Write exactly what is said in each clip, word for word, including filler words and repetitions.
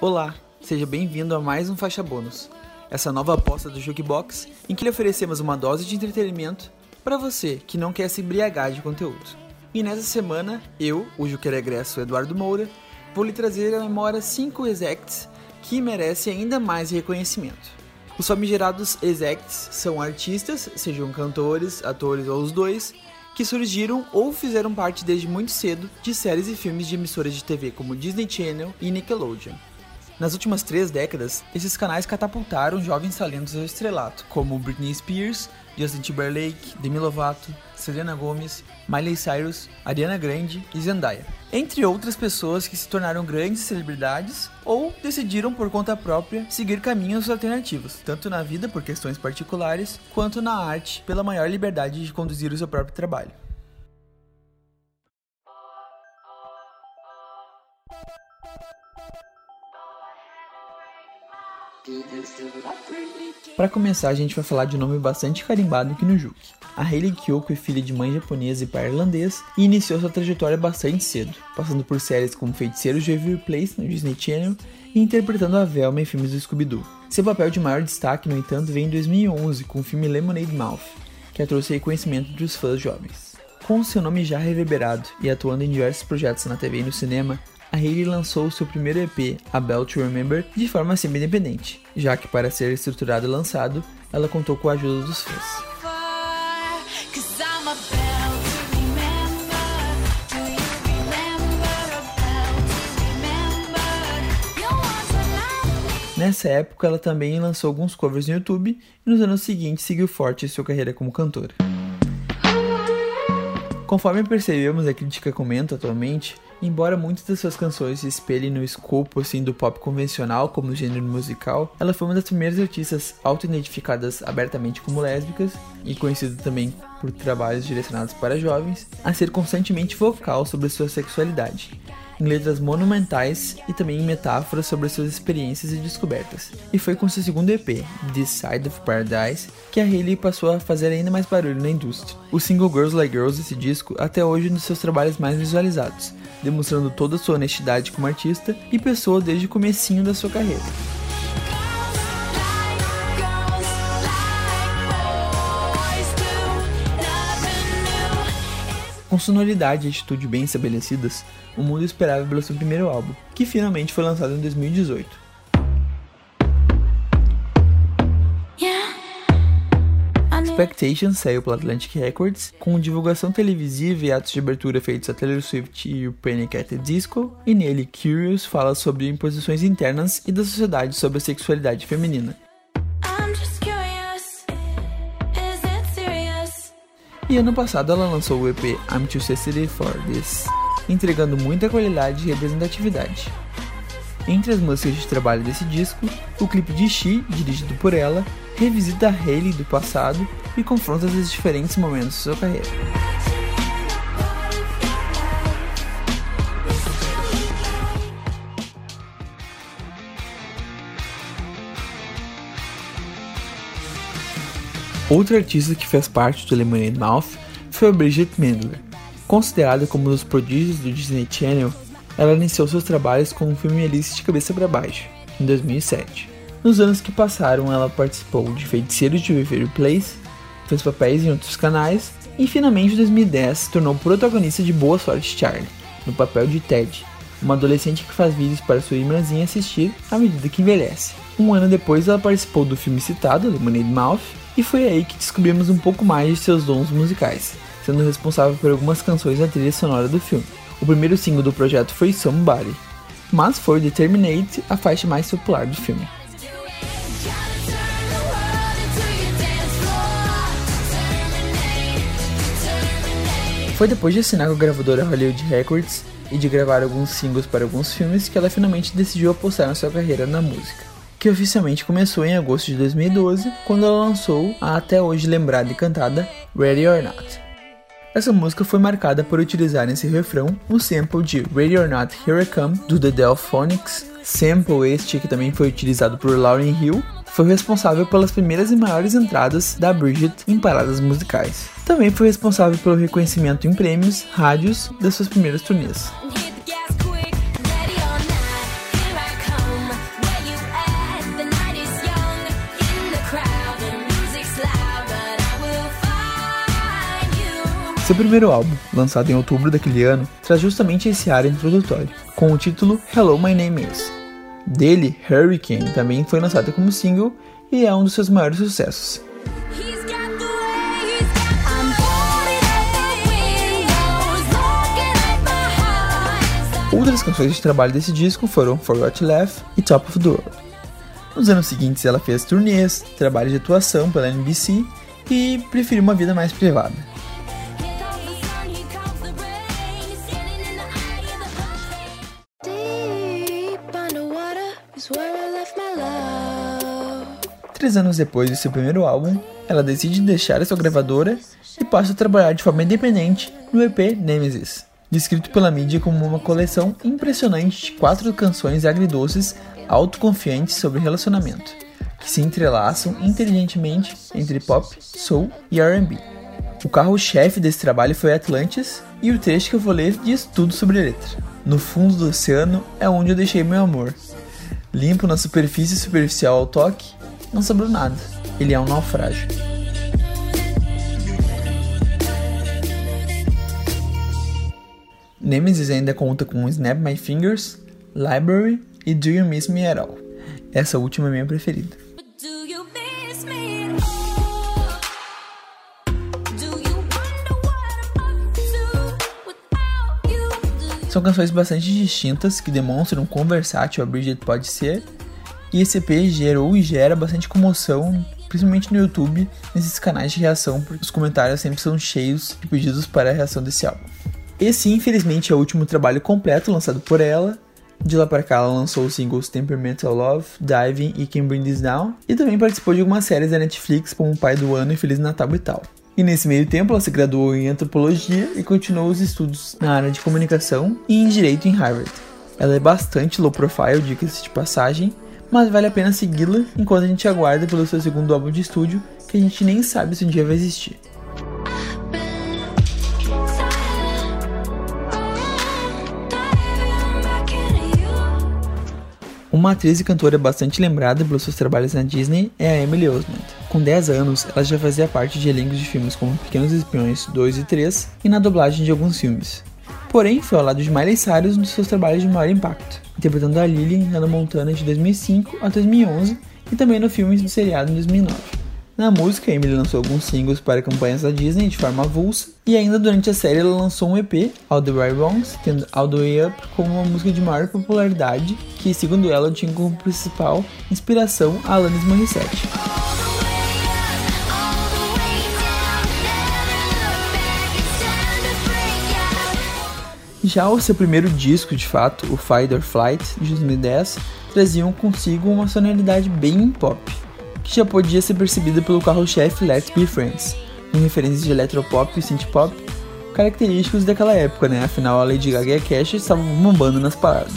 Olá, seja bem-vindo a mais um Faixa Bônus, essa nova aposta do Jukebox em que lhe oferecemos uma dose de entretenimento para você que não quer se embriagar de conteúdo. E nessa semana, eu, o Juqueiro Egresso Eduardo Moura, vou lhe trazer à memória cinco exects que merecem ainda mais reconhecimento. Os famigerados exects são artistas, sejam cantores, atores ou os dois, que surgiram ou fizeram parte desde muito cedo de séries e filmes de emissoras de T V como Disney Channel e Nickelodeon. Nas últimas três décadas, esses canais catapultaram jovens talentos ao estrelato, como Britney Spears, Justin Timberlake, Demi Lovato, Selena Gomez, Miley Cyrus, Ariana Grande e Zendaya. Entre outras pessoas que se tornaram grandes celebridades ou decidiram por conta própria seguir caminhos alternativos, tanto na vida por questões particulares, quanto na arte pela maior liberdade de conduzir o seu próprio trabalho. Para começar, a gente vai falar de um nome bastante carimbado aqui no Juke. A Hayley Kiyoko é filha de mãe japonesa e pai irlandês e iniciou sua trajetória bastante cedo, passando por séries como Feiticeiros de Waverly Place no Disney Channel e interpretando a Velma em filmes do Scooby-Doo. Seu papel de maior destaque, no entanto, veio em dois mil e onze com o filme Lemonade Mouth, que a trouxe reconhecimento entre os fãs jovens. Com seu nome já reverberado e atuando em diversos projetos na T V e no cinema, a Hayley lançou seu primeiro E P, A Bell to Remember, de forma semi-independente, já que para ser estruturado e lançado, ela contou com a ajuda dos fãs. Nessa época, ela também lançou alguns covers no YouTube e nos anos seguintes seguiu forte sua carreira como cantora. Conforme percebemos, a crítica comenta atualmente, embora muitas das suas canções se espelhem no escopo assim, do pop convencional como no gênero musical, ela foi uma das primeiras artistas auto-identificadas abertamente como lésbicas e conhecida também por trabalhos direcionados para jovens, a ser constantemente vocal sobre sua sexualidade, em letras monumentais e também em metáforas sobre suas experiências e descobertas. E foi com seu segundo E P, This Side of Paradise, que a Hayley passou a fazer ainda mais barulho na indústria. O single Girls Like Girls desse disco até hoje é um dos seus trabalhos mais visualizados, demonstrando toda a sua honestidade como artista e pessoa desde o comecinho da sua carreira. Com sonoridade e atitude bem estabelecidas, o mundo esperava pelo seu primeiro álbum, que finalmente foi lançado em dois mil e dezoito. Expectations saiu pela Atlantic Records, com divulgação televisiva e atos de abertura feitos a Taylor Swift e o Panic! At the Disco, e nele Curious fala sobre imposições internas e da sociedade sobre a sexualidade feminina. E ano passado ela lançou o E P I'm Too Sensitive for This, entregando muita qualidade e representatividade. Entre as músicas de trabalho desse disco, o clipe de She, dirigido por ela, revisita a Hayley do passado e confronta os diferentes momentos de sua carreira. Outra artista que fez parte do Lemonade Mouth foi a Bridget Mendler. Considerada como um dos prodígios do Disney Channel, ela iniciou seus trabalhos com o filme Alice de Cabeça para Baixo, em dois mil e sete. Nos anos que passaram, ela participou de Feiticeiros de Waverly Place, fez papéis em outros canais e finalmente em dois mil e dez se tornou protagonista de Boa Sorte Charlie, no papel de Ted, uma adolescente que faz vídeos para sua irmãzinha assistir à medida que envelhece. Um ano depois ela participou do filme citado, Lemonade Mouth, e foi aí que descobrimos um pouco mais de seus dons musicais, sendo responsável por algumas canções da trilha sonora do filme. O primeiro single do projeto foi Somebody, mas foi The Terminate a faixa mais popular do filme. Foi depois de assinar com a gravadora Hollywood Records e de gravar alguns singles para alguns filmes que ela finalmente decidiu apostar na sua carreira na música, que oficialmente começou em agosto de dois mil e doze, quando ela lançou a até hoje lembrada e cantada Ready or Not. Essa música foi marcada por utilizar nesse refrão o sample de Ready or Not Here I Come, do The Delphonics, sample este que também foi utilizado por Lauryn Hill, foi responsável pelas primeiras e maiores entradas da Bridget em paradas musicais. Também foi responsável pelo reconhecimento em prêmios, rádios das suas primeiras turnês. Seu primeiro álbum, lançado em outubro daquele ano, traz justamente esse ar introdutório, com o título Hello My Name Is. Dele, Hurricane também foi lançado como single e é um dos seus maiores sucessos. Outras canções de trabalho desse disco foram Forgot to Laugh e Top of the World. Nos anos seguintes ela fez turnês, trabalhos de atuação pela N B C e preferiu uma vida mais privada. Três anos depois de seu primeiro álbum, ela decide deixar sua gravadora e passa a trabalhar de forma independente no E P Nemesis, descrito pela mídia como uma coleção impressionante de quatro canções agridoces autoconfiantes sobre relacionamento, que se entrelaçam inteligentemente entre pop, soul e R and B. O carro-chefe desse trabalho foi Atlantis, e o trecho que eu vou ler diz tudo sobre a letra. No fundo do oceano é onde eu deixei meu amor. Limpo na superfície superficial ao toque, não sobrou nada, ele é um naufrágio. Nemesis ainda conta com Snap My Fingers, Library e Do You Miss Me At All. Essa última é minha preferida. São canções bastante distintas que demonstram quão versátil a Bridget pode ser, e esse E P gerou e gera bastante comoção, principalmente no YouTube, nesses canais de reação, porque os comentários sempre são cheios de pedidos para a reação desse álbum. Esse, infelizmente, é o último trabalho completo lançado por ela. De lá para cá, ela lançou os singles Temperamental Love, Diving e Can't Bring This Down, e também participou de algumas séries da Netflix, como Pai do Ano e Feliz Natal e tal. E nesse meio tempo, ela se graduou em Antropologia e continuou os estudos na área de Comunicação e em Direito em Harvard. Ela é bastante low profile, diga-se de passagem, mas vale a pena segui-la enquanto a gente aguarda pelo seu segundo álbum de estúdio, que a gente nem sabe se um dia vai existir. Uma atriz e cantora bastante lembrada pelos seus trabalhos na Disney é a Emily Osment. Com dez anos, ela já fazia parte de elencos de filmes como Pequenos Espiões dois e três e na dublagem de alguns filmes. Porém, foi ao lado de Miley Cyrus nos seus trabalhos de maior impacto, interpretando a Lily em Hannah Montana de dois mil e cinco a dois mil e onze e também no filme do seriado em dois mil e nove. Na música, a Emily lançou alguns singles para campanhas da Disney de forma avulsa, e ainda durante a série ela lançou um E P, All the Right Wrongs, tendo All the Way Up como uma música de maior popularidade, que segundo ela tinha como principal inspiração a Alanis Morissette. Já o seu primeiro disco, de fato, o Fight or Flight, de dois mil e dez, traziam consigo uma sonoridade bem pop, que já podia ser percebida pelo carro-chefe Let's Be Friends, com referências de eletropop e synthpop, característicos daquela época, né? Afinal, a Lady Gaga e a Kesha estavam bombando nas paradas.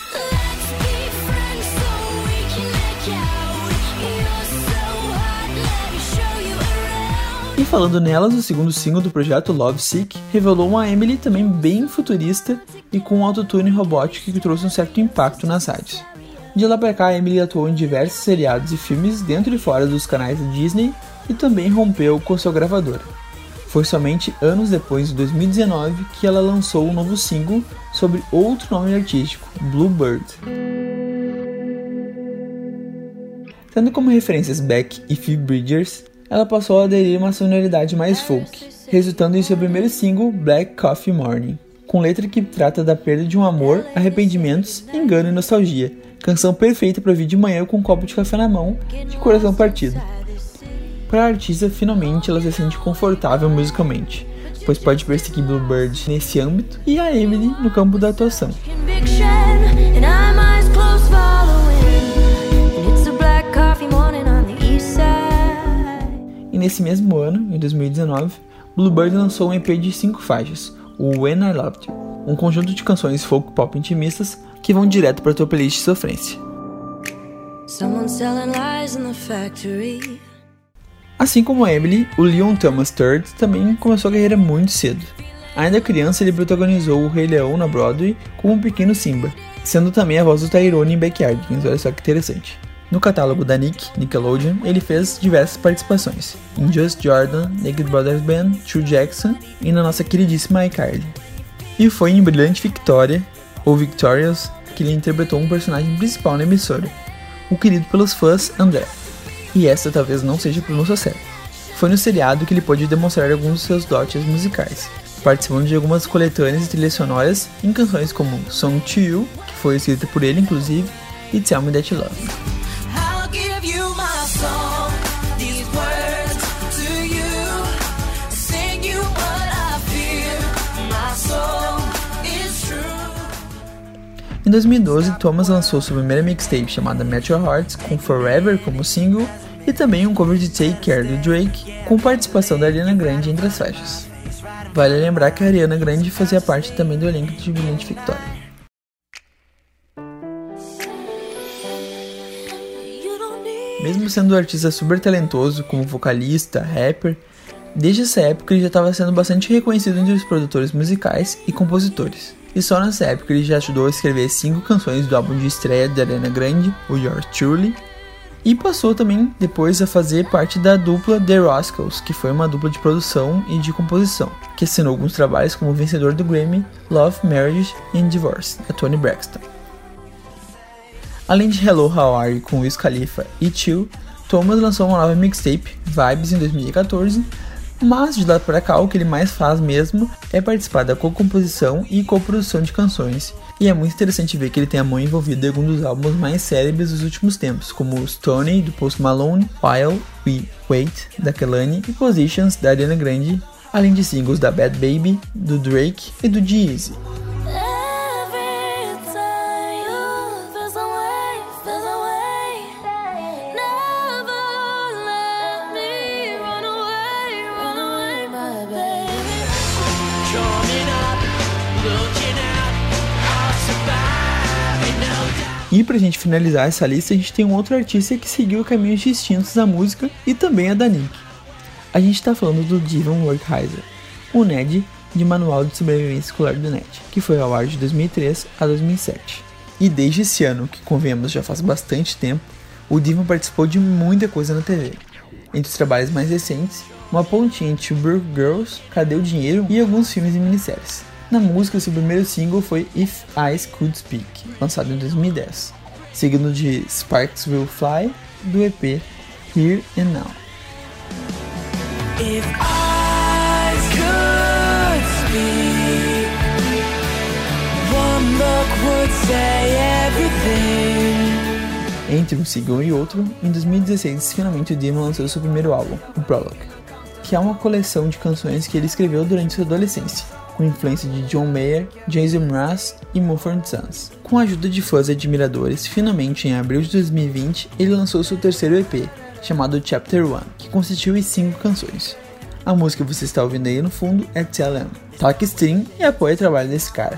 E falando nelas, o segundo single do projeto, Love Sick, revelou uma Emily também bem futurista e com um autotune robótico que trouxe um certo impacto nas rádios. De lá pra cá, a Emily atuou em diversos seriados e filmes dentro e fora dos canais da Disney e também rompeu com sua gravadora. Foi somente anos depois, em dois mil e dezenove, que ela lançou um novo single sobre outro nome artístico, Bluebird. Tendo como referências Beck e Phoebe Bridgers, ela passou a aderir uma sonoridade mais folk, resultando em seu primeiro single, Black Coffee Morning, com letra que trata da perda de um amor, arrependimentos, engano e nostalgia. Canção perfeita para ouvir de manhã com um copo de café na mão, de coração partido. Para a artista, finalmente ela se sente confortável musicalmente, pois pode perseguir Bluebird nesse âmbito e a Emily no campo da atuação. E nesse mesmo ano, em dois mil e dezenove, Bluebird lançou um E P de cinco faixas, o When I Loved You, um conjunto de canções folk pop intimistas que vão direto para tua playlist de sofrência. Assim como a Emily, o Leon Thomas terceiro também começou a carreira muito cedo. Ainda criança, ele protagonizou o Rei Leão na Broadway como um pequeno Simba, sendo também a voz do Tyrone em Backyardigans, olha só que interessante. No catálogo da Nick, Nickelodeon, ele fez diversas participações em Just Jordan, Naked Brothers Band, True Jackson e na nossa queridíssima iCarly. E foi em Brilhante Victoria, ou Victorious, que ele interpretou um personagem principal na emissora, o querido pelos fãs André. E essa talvez não seja a pronúncia certa. Foi no seriado que ele pôde demonstrar alguns dos seus dotes musicais, participando de algumas coletâneas e trilhas sonoras em canções como Song to You, que foi escrita por ele inclusive, e Tell Me That You Love Me. Em dois mil e doze, Thomas lançou sua primeira mixtape chamada Match Your Hearts, com Forever como single, e também um cover de Take Care do Drake, com participação da Ariana Grande entre as faixas. Vale lembrar que a Ariana Grande fazia parte também do elenco de Brilhante Victoria. Mesmo sendo um artista super talentoso como vocalista, rapper, desde essa época ele já estava sendo bastante reconhecido entre os produtores musicais e compositores. E só nessa época ele já ajudou a escrever cinco canções do álbum de estreia da Ariana Grande, o Yours Truly, e passou também depois a fazer parte da dupla The Rascals, que foi uma dupla de produção e de composição, que assinou alguns trabalhos como vencedor do Grammy Love, Marriage and Divorce, da Toni Braxton. Além de Hello, How Are You com Wiz Khalifa e Chill, Thomas lançou uma nova mixtape, Vibes, em dois mil e catorze, mas de lá pra cá o que ele mais faz mesmo é participar da co-composição e co-produção de canções, e é muito interessante ver que ele tem a mão envolvida em alguns dos álbuns mais célebres dos últimos tempos, como Stoney, do Post Malone, While We Wait, da Kehlani, e Positions, da Ariana Grande, além de singles da Bad Baby, do Drake e do G-Eazy. E pra gente finalizar essa lista, a gente tem um outro artista que seguiu caminhos distintos da música e também a da Nick. A gente tá falando do Devon Werkheiser, o Ned de Manual de Sobrevivência Escolar do Ned, que foi ao ar de dois mil e três a dois mil e sete. E desde esse ano, que convenhamos já faz bastante tempo, o Devon participou de muita coisa na T V. Entre os trabalhos mais recentes, uma pontinha entre Brook Girls, Cadê o Dinheiro e alguns filmes e minisséries. Na música, seu primeiro single foi If Eyes Could Speak, lançado em dois mil e dez, seguido de Sparks Will Fly, do E P Here and Now. If eyes could speak, one look would say everything. Entre um single e outro, em dois mil e dezesseis, finalmente o Devon lançou seu primeiro álbum, o Prologue, que é uma coleção de canções que ele escreveu durante sua adolescência, com influência de John Mayer, Jason Mraz e Mumford Sons. Com a ajuda de fãs e admiradores, finalmente em abril de dois mil e vinte, ele lançou seu terceiro E P, chamado Chapter one, que consistiu em cinco canções. A música que você está ouvindo aí no fundo é Tell Em. Toque stream e apoie o trabalho desse cara.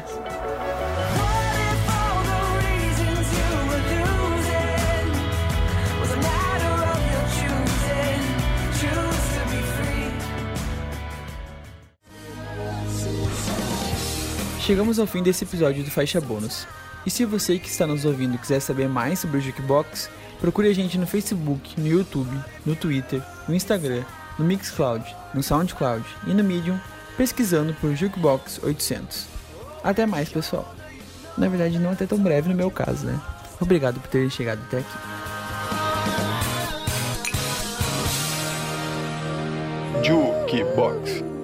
Chegamos ao fim desse episódio do Faixa Bônus. E se você que está nos ouvindo quiser saber mais sobre o Jukebox, procure a gente no Facebook, no YouTube, no Twitter, no Instagram, no Mixcloud, no Soundcloud e no Medium, pesquisando por Jukebox oitocentos. Até mais, pessoal. Na verdade, não até tão breve no meu caso, né? Obrigado por terem chegado até aqui. Jukebox.